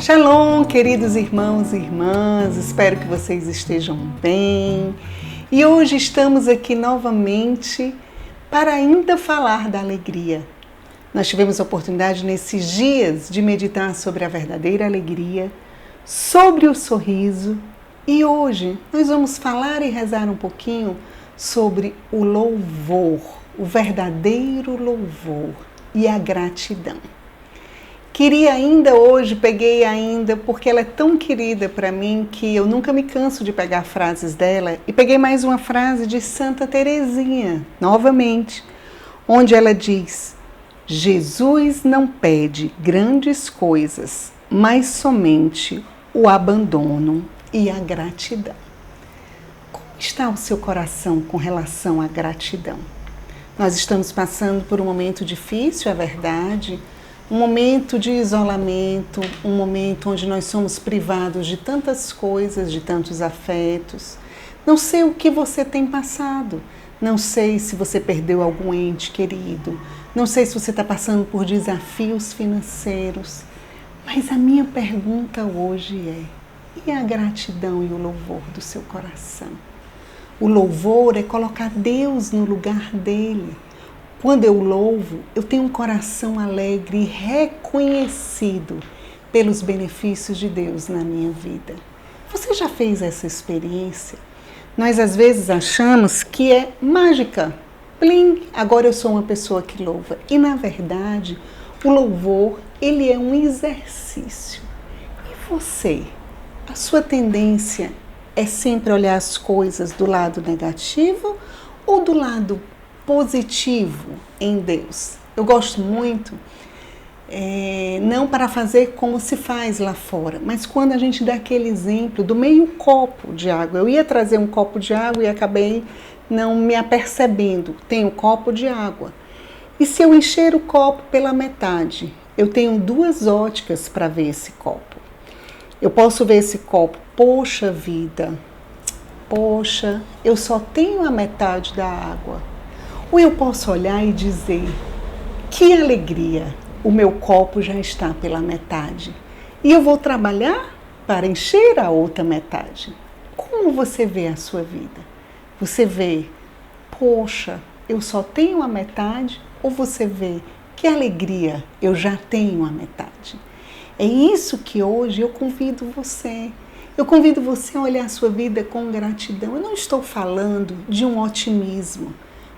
Shalom, queridos irmãos e irmãs, espero que vocês estejam bem. E hoje estamos aqui novamente para ainda falar da alegria. Nós tivemos a oportunidade nesses dias de meditar sobre a verdadeira alegria, sobre o sorriso, e hoje nós vamos falar e rezar um pouquinho sobre o louvor, o verdadeiro louvor e a gratidão. Queria ainda hoje, porque ela é tão querida para mim que eu nunca me canso de pegar frases dela, e peguei mais uma frase de Santa Teresinha, novamente, onde ela diz: Jesus não pede grandes coisas, mas somente o abandono e a gratidão. Como está o seu coração com relação à gratidão? Nós estamos passando por um momento difícil, é verdade, um momento de isolamento, um momento onde nós somos privados de tantas coisas, de tantos afetos. Não sei o que você tem passado, não sei se você perdeu algum ente querido, não sei se você está passando por desafios financeiros, mas a minha pergunta hoje é: e a gratidão e o louvor do seu coração? O louvor é colocar Deus no lugar dele. Quando eu louvo, eu tenho um coração alegre e reconhecido pelos benefícios de Deus na minha vida. Você já fez essa experiência? Nós às vezes achamos que é mágica. Plim, agora eu sou uma pessoa que louva. E na verdade, o louvor, ele é um exercício. E você? A sua tendência é sempre olhar as coisas do lado negativo ou do lado positivo em Deus? Eu gosto muito, não para fazer como se faz lá fora, mas quando a gente dá aquele exemplo do meio copo de água. Eu ia trazer um copo de água e acabei não me apercebendo. Tem um copo de água. E se eu encher o copo pela metade, eu tenho duas óticas para ver esse copo. Eu posso ver esse copo, poxa vida, poxa, eu só tenho a metade da água. Ou eu posso olhar e dizer: que alegria, o meu copo já está pela metade e eu vou trabalhar para encher a outra metade. Como você vê a sua vida? Você vê, poxa, eu só tenho a metade, ou você vê, que alegria, eu já tenho a metade? É isso que hoje eu convido você. Eu convido você a olhar a sua vida com gratidão. Eu não estou falando de um otimismo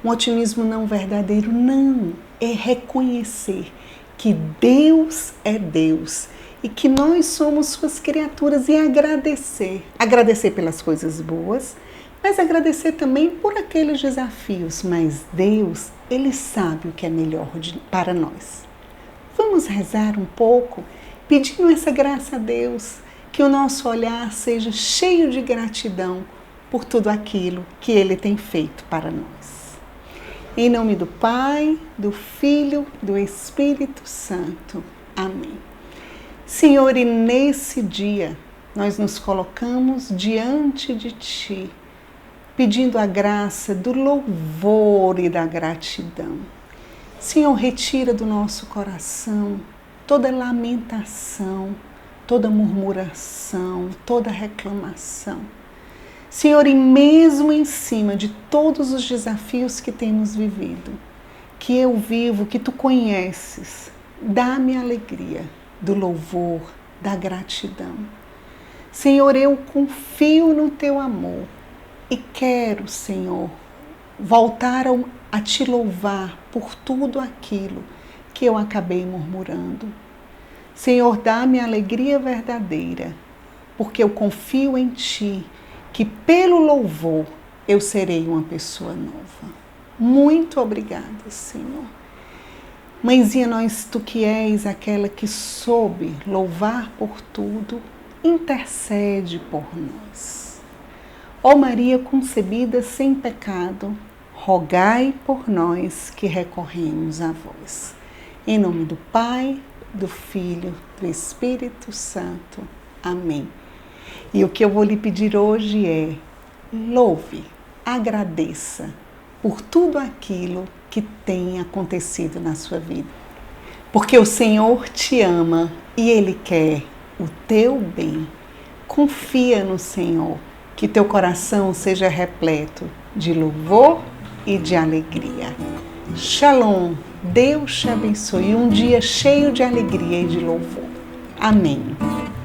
não verdadeiro, não. É reconhecer que Deus é Deus e que nós somos suas criaturas, e agradecer. Agradecer pelas coisas boas, mas agradecer também por aqueles desafios. Mas Deus, Ele sabe o que é melhor para nós. Vamos rezar um pouco, pedindo essa graça a Deus, que o nosso olhar seja cheio de gratidão por tudo aquilo que Ele tem feito para nós. Em nome do Pai, do Filho, do Espírito Santo. Amém. Senhor, e nesse dia nós nos colocamos diante de Ti, pedindo a graça do louvor e da gratidão. Senhor, retira do nosso coração toda lamentação, toda murmuração, toda reclamação. Senhor, e mesmo em cima de todos os desafios que temos vivido, que eu vivo, que Tu conheces, dá-me a alegria do louvor, da gratidão. Senhor, eu confio no Teu amor e quero, Senhor, voltar a Te louvar por tudo aquilo que eu acabei murmurando. Senhor, dá-me a alegria verdadeira, porque eu confio em Ti, que pelo louvor eu serei uma pessoa nova. Muito obrigada, Senhor. Mãezinha, Tu que és aquela que soube louvar por tudo, intercede por nós. Ó Maria concebida sem pecado, rogai por nós que recorremos a vós. Em nome do Pai, do Filho, do Espírito Santo. Amém. E o que eu vou lhe pedir hoje é: louve, agradeça por tudo aquilo que tem acontecido na sua vida. Porque o Senhor te ama e Ele quer o teu bem. Confia no Senhor, que teu coração seja repleto de louvor e de alegria. Shalom, Deus te abençoe, um dia cheio de alegria e de louvor. Amém.